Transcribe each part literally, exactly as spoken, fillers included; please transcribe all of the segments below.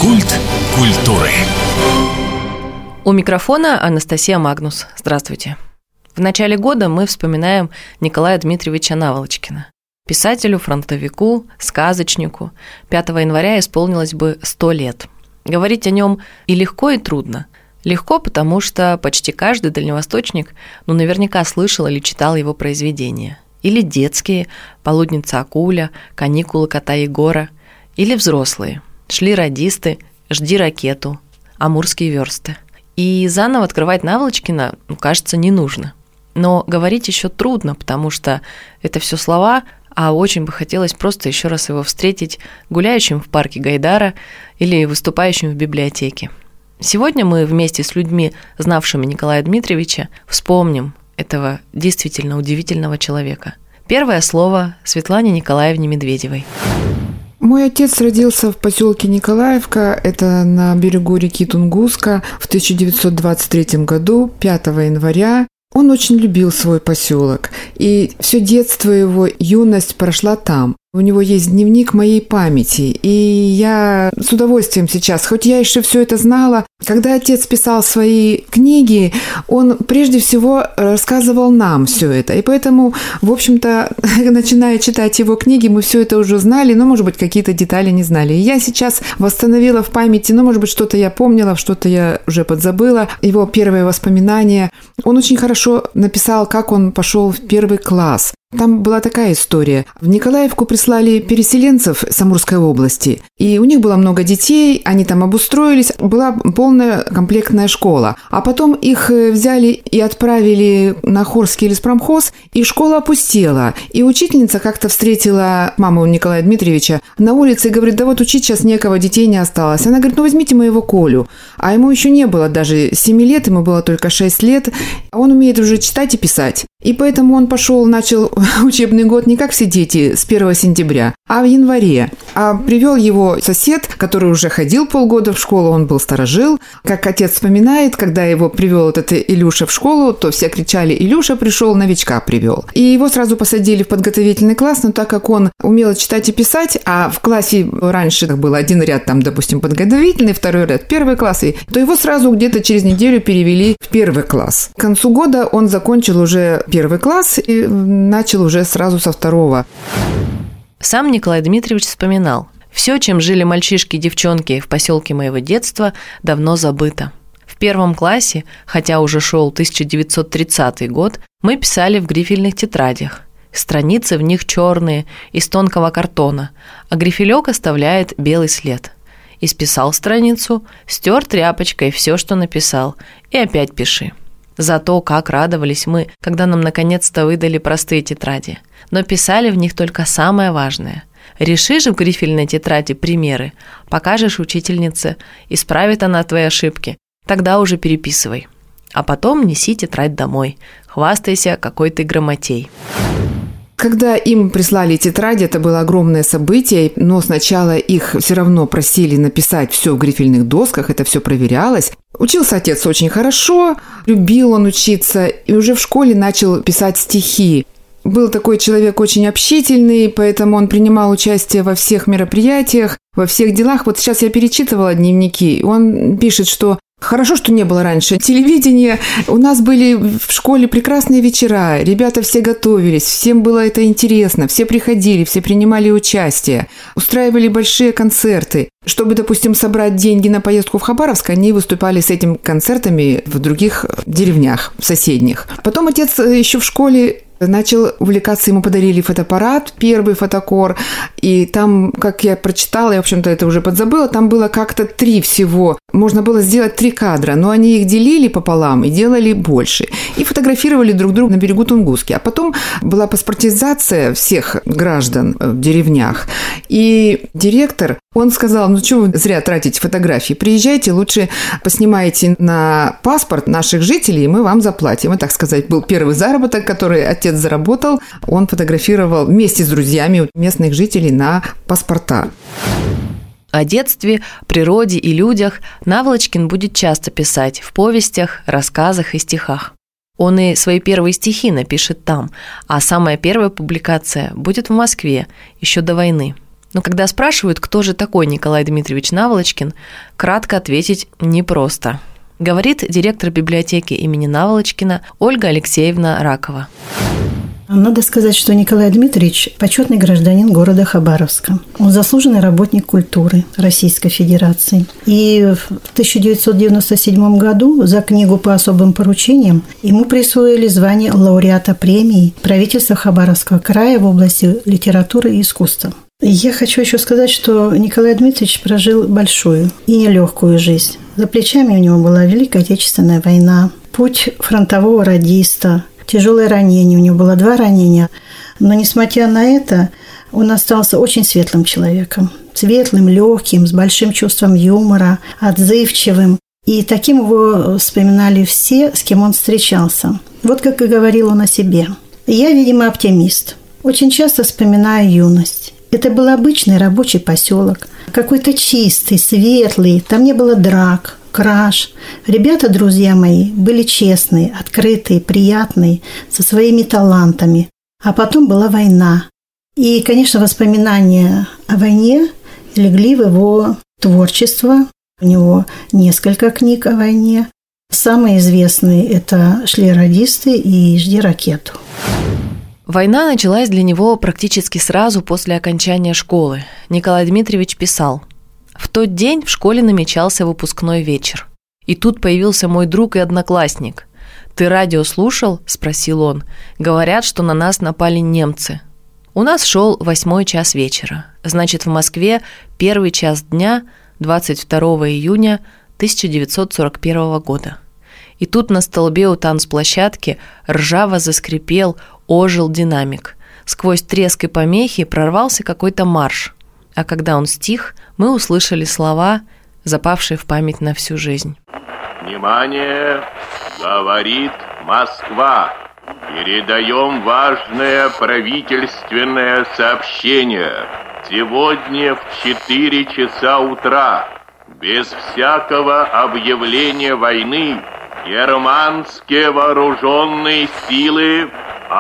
Культ культуры. У микрофона Анастасия Магнус. Здравствуйте. В начале года мы вспоминаем Николая Дмитриевича Наволочкина. Писателю, фронтовику, сказочнику. пятого января исполнилось бы сто лет. Говорить о нем и легко, и трудно. Легко, потому что почти каждый дальневосточник ну, наверняка слышал или читал его произведения. Или детские «Полудница Акуля», «Каникулы кота Егора», или взрослые «Шли радисты», «Жди ракету», «Амурские версты». И заново открывать Наволочкина, ну, кажется, не нужно. Но говорить еще трудно, потому что это все слова, а очень бы хотелось просто еще раз его встретить гуляющим в парке Гайдара или выступающим в библиотеке. Сегодня мы вместе с людьми, знавшими Николая Дмитриевича, вспомним этого действительно удивительного человека. Первое слово Светлане Николаевне Медведевой. Мой отец родился в поселке Николаевка, это на берегу реки Тунгуска, в тысяча девятьсот двадцать третьем году, пятого января. Он очень любил свой поселок, и все детство его, юность прошла там. У него есть дневник моей памяти, и я с удовольствием сейчас, хоть я еще все это знала, когда отец писал свои книги, он прежде всего рассказывал нам все это, и поэтому, в общем-то, начиная читать его книги, мы все это уже знали, но, может быть, какие-то детали не знали. И я сейчас восстановила в памяти, ну, может быть, что-то я помнила, что-то я уже подзабыла, его первые воспоминания. Он очень хорошо написал, как он пошел в первый класс. Там была такая история. В Николаевку прислали переселенцев с Амурской области, и у них было много детей, они там обустроились, была полная комплектная школа. А потом их взяли и отправили на Хорский леспромхоз, и школа опустела. И учительница как-то встретила маму Николая Дмитриевича на улице и говорит: да вот учить сейчас некого, детей не осталось. Она говорит: ну возьмите моего Колю. А ему еще не было даже семи лет, ему было только шесть лет. Он умеет уже читать и писать. И поэтому он пошел, начал учебный год не как все дети с первого сентября, а в январе. А привел его сосед, который уже ходил полгода в школу, он был старожил. Как отец вспоминает, когда его привел этот Илюша в школу, то все кричали: Илюша пришел, новичка привел. И его сразу посадили в подготовительный класс, но так как он умел читать и писать, а в классе раньше был один ряд, там, допустим, подготовительный, второй ряд первый класс, то его сразу где-то через неделю перевели в первый класс. К концу года он закончил уже первый класс и начал уже сразу со второго. Сам Николай Дмитриевич вспоминал: «Все, чем жили мальчишки и девчонки в поселке моего детства, давно забыто. В первом классе, хотя уже шел тысяча девятьсот тридцатый год, мы писали в грифельных тетрадях. Страницы в них черные, из тонкого картона, а грифелек оставляет белый след. Исписал страницу, стер тряпочкой все, что написал, и опять пиши. Зато как радовались мы, когда нам наконец-то выдали простые тетради. Но писали в них только самое важное. Решишь в грифельной тетради примеры, покажешь учительнице, исправит она твои ошибки, тогда уже переписывай. А потом неси тетрадь домой, хвастайся, какой ты грамотей». Когда им прислали тетради, это было огромное событие, но сначала их все равно просили написать все в грифельных досках, это все проверялось. Учился отец очень хорошо, любил он учиться, и уже в школе начал писать стихи. Был такой человек очень общительный, поэтому он принимал участие во всех мероприятиях, во всех делах. Вот сейчас я перечитывала дневники, он пишет, что хорошо, что не было раньше телевидения. У нас были в школе прекрасные вечера, ребята все готовились, всем было это интересно, все приходили, все принимали участие, устраивали большие концерты. Чтобы, допустим, собрать деньги на поездку в Хабаровск, они выступали с этими концертами в других деревнях соседних. Потом отец еще в школе начал увлекаться, ему подарили фотоаппарат, первый фотокор, и там, как я прочитала, я, в общем-то, это уже подзабыла, там было как-то три всего. Можно было сделать три кадра, но они их делили пополам и делали больше. И фотографировали друг друга на берегу Тунгуски. А потом была паспортизация всех граждан в деревнях. И директор, он сказал: ну, что вы зря тратите фотографии, приезжайте, лучше поснимайте на паспорт наших жителей, и мы вам заплатим. И, так сказать, был первый заработок, который отец заработал. Он фотографировал вместе с друзьями местных жителей на паспорта. О детстве, природе и людях Наволочкин будет часто писать в повестях, рассказах и стихах. Он и свои первые стихи напишет там, а самая первая публикация будет в Москве, еще до войны. Но когда спрашивают, кто же такой Николай Дмитриевич Наволочкин, кратко ответить непросто. Говорит директор библиотеки имени Наволочкина Ольга Алексеевна Ракова. Надо сказать, что Николай Дмитриевич – почетный гражданин города Хабаровска. Он заслуженный работник культуры Российской Федерации. И в тысяча девятьсот девяносто седьмом году за книгу по особым поручениям ему присвоили звание лауреата премии правительства Хабаровского края в области литературы и искусства. Я хочу еще сказать, что Николай Дмитриевич прожил большую и нелегкую жизнь. За плечами у него была Великая Отечественная война, путь фронтового радиста, тяжелое ранение. У него было два ранения. Но, несмотря на это, он остался очень светлым человеком. Светлым, легким, с большим чувством юмора, отзывчивым. И таким его вспоминали все, с кем он встречался. Вот как и говорил он о себе. «Я, видимо, оптимист. Очень часто вспоминаю юность. Это был обычный рабочий поселок, какой-то чистый, светлый, там не было драк, краж. Ребята, друзья мои, были честные, открытые, приятные, со своими талантами. А потом была война. И, конечно, воспоминания о войне легли в его творчество. У него несколько книг о войне. Самые известные – это «Шли радисты» и «Жди ракету». Война началась для него практически сразу после окончания школы. Николай Дмитриевич писал: «В тот день в школе намечался выпускной вечер. И тут появился мой друг и одноклассник. «Ты радио слушал?» – спросил он. «Говорят, что на нас напали немцы». У нас шел восьмой час вечера. Значит, в Москве первый час дня, двадцать второго июня тысяча девятьсот сорок первого года. И тут на столбе у танцплощадки ржаво заскрипел, ожил динамик. Сквозь треск и помехи прорвался какой-то марш. А когда он стих, мы услышали слова, запавшие в память на всю жизнь. Внимание! Говорит Москва! Передаем важное правительственное сообщение. Сегодня в четыре часа утра, без всякого объявления войны, германские вооруженные силы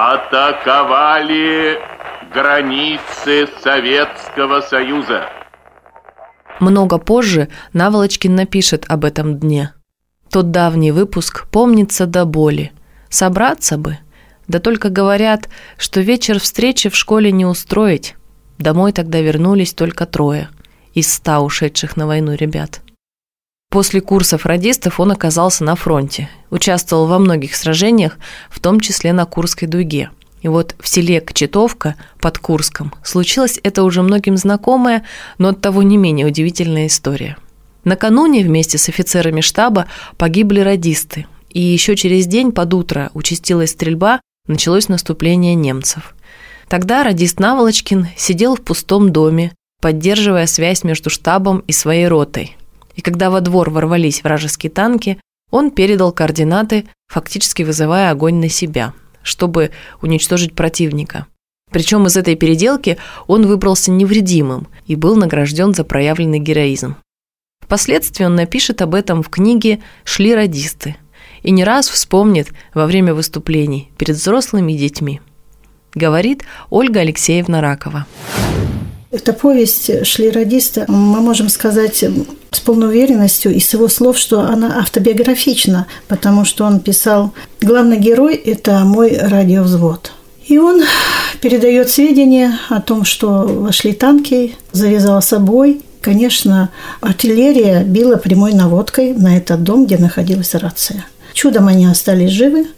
атаковали границы Советского Союза. Много позже Наволочкин напишет об этом дне. Тот давний выпуск помнится до боли. Собраться бы. Да только говорят, что вечер встречи в школе не устроить. Домой тогда вернулись только трое из ста ушедших на войну ребят. После курсов радистов он оказался на фронте, участвовал во многих сражениях, в том числе на Курской дуге. И вот в селе Кочетовка под Курском случилась эта уже многим знакомая, но оттого не менее удивительная история. Накануне вместе с офицерами штаба погибли радисты, и еще через день под утро участилась стрельба, началось наступление немцев. Тогда радист Наволочкин сидел в пустом доме, поддерживая связь между штабом и своей ротой. И когда во двор ворвались вражеские танки, он передал координаты, фактически вызывая огонь на себя, чтобы уничтожить противника. Причем из этой переделки он выбрался невредимым и был награжден за проявленный героизм. Впоследствии он напишет об этом в книге «Шли радисты» и не раз вспомнит во время выступлений перед взрослыми и детьми. Говорит Ольга Алексеевна Ракова. Эта повесть «Шли радисты», мы можем сказать с полной уверенностью из его слов, что она автобиографична, потому что он писал: «Главный герой – это мой радиовзвод». И он передает сведения о том, что вошли танки, завязался бой. Конечно, артиллерия била прямой наводкой на этот дом, где находилась рация. Чудом они остались живы,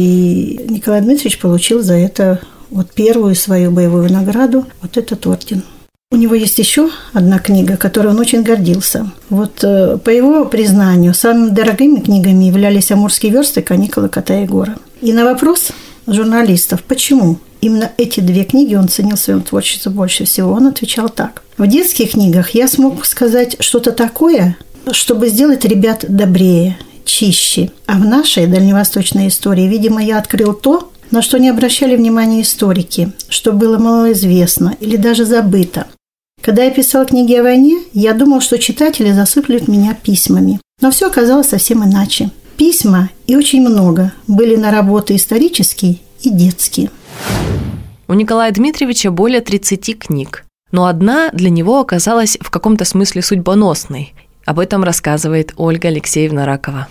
и Николай Дмитриевич получил за это вот первую свою боевую награду, вот этот орден. У него есть еще одна книга, которой он очень гордился. Вот по его признанию, самыми дорогими книгами являлись «Амурские версты», «Каникулы кота Егора». И на вопрос журналистов, почему именно эти две книги он ценил в своем творчестве больше всего, он отвечал так: «В детских книгах я смог сказать что-то такое, чтобы сделать ребят добрее, чище. А в нашей дальневосточной истории, видимо, я открыл то, на что не обращали внимания историки, что было малоизвестно или даже забыто. Когда я писал книги о войне, я думал, что читатели засыплют меня письмами. Но все оказалось совсем иначе. Письма, и очень много, были на работы исторические и детские». У Николая Дмитриевича более тридцати книг. Но одна для него оказалась в каком-то смысле судьбоносной. Об этом рассказывает Ольга Алексеевна Ракова.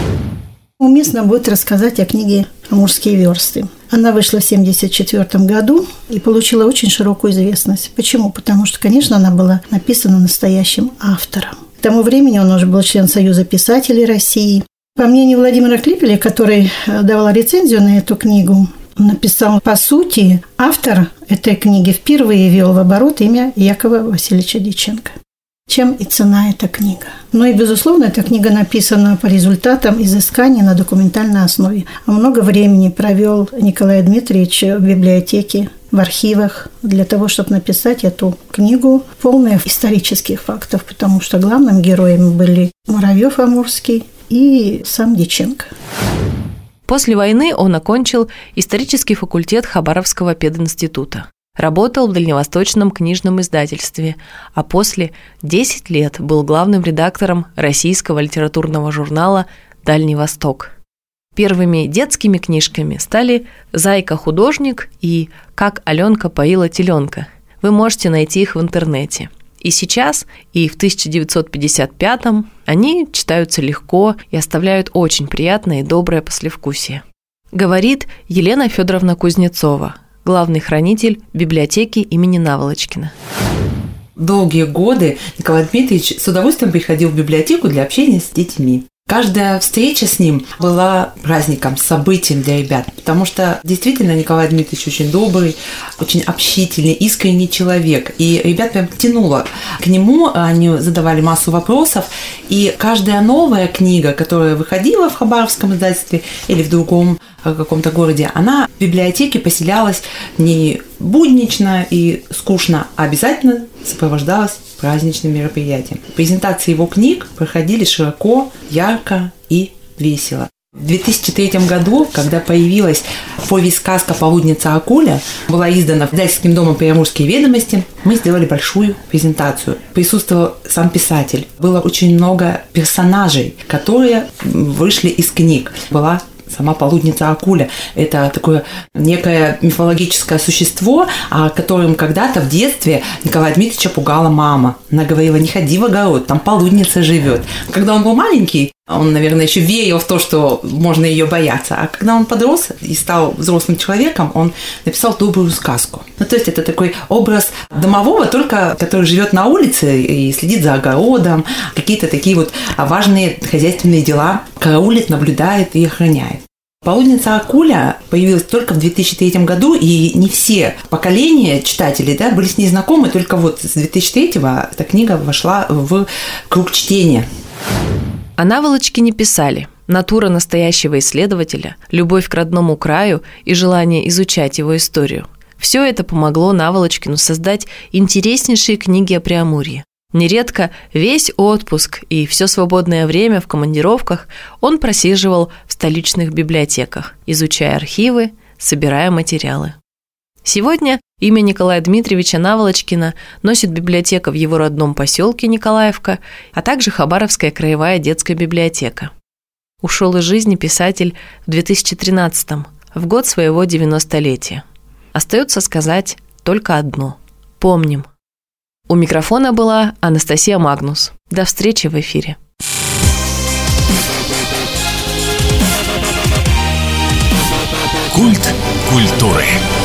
Уместно будет рассказать о книге «Амурские версты». Она вышла в тысяча девятьсот семьдесят четвёртом году и получила очень широкую известность. Почему? Потому что, конечно, она была написана настоящим автором. К тому времени он уже был член Союза писателей России. По мнению Владимира Клипеля, который давал рецензию на эту книгу, написал, по сути, автор этой книги впервые ввел в оборот имя Якова Васильевича Дьяченко. Чем и цена эта книга. Ну и, безусловно, эта книга написана по результатам изысканий на документальной основе. Много времени провел Николай Дмитриевич в библиотеке, в архивах для того, чтобы написать эту книгу, полная исторических фактов, потому что главным героем были Муравьев Амурский и сам Дьяченко. После войны он окончил исторический факультет Хабаровского пединститута. Работал в Дальневосточном книжном издательстве, а после десять лет был главным редактором российского литературного журнала «Дальний Восток». Первыми детскими книжками стали «Зайка-художник» и «Как Аленка поила теленка». Вы можете найти их в интернете. И сейчас, и в тысяча девятьсот пятьдесят пятом они читаются легко и оставляют очень приятное и доброе послевкусие. Говорит Елена Федоровна Кузнецова, главный хранитель библиотеки имени Наволочкина. Долгие годы Николай Дмитриевич с удовольствием приходил в библиотеку для общения с детьми. Каждая встреча с ним была праздником, событием для ребят, потому что действительно Николай Дмитриевич очень добрый, очень общительный, искренний человек. И ребят прям тянуло к нему, они задавали массу вопросов, и каждая новая книга, которая выходила в Хабаровском издательстве или в другом каком-то городе, она в библиотеке поселялась не буднично и скучно, а обязательно сопровождалась праздничным мероприятием. Презентации его книг проходили широко, ярко и весело. В две тысячи третьем году, когда появилась повесть-сказка «Полудница Акуля», была издана издательским домом «Приамурские ведомости», мы сделали большую презентацию. Присутствовал сам писатель. Было очень много персонажей, которые вышли из книг. Была сама полудница Акуля. Это такое некое мифологическое существо, которым когда-то в детстве Николая Дмитриевича пугала мама. Она говорила: не ходи в огород, там полудница живет. Когда он был маленький, он, наверное, еще верил в то, что можно ее бояться. А когда он подрос и стал взрослым человеком, он написал добрую сказку. Ну, то есть это такой образ домового, только который живет на улице и следит за огородом, какие-то такие вот важные хозяйственные дела караулит, наблюдает и охраняет. «Полудница Акуля» появилась только в две тысячи третьем году, и не все поколения читателей, да, были с ней знакомы, только вот с две тысячи третьего эта книга вошла в круг чтения. О Наволочкине писали: натура настоящего исследователя, любовь к родному краю и желание изучать его историю. Все это помогло Наволочкину создать интереснейшие книги о Преамурье. Нередко весь отпуск и все свободное время в командировках он просиживал в столичных библиотеках, изучая архивы, собирая материалы. Сегодня имя Николая Дмитриевича Наволочкина носит библиотека в его родном поселке Николаевка, а также Хабаровская краевая детская библиотека. Ушел из жизни писатель в две тысячи тринадцатом, в год своего девяностолетия. Остается сказать только одно – помним. У микрофона была Анастасия Магнус. До встречи в эфире. Культ культуры.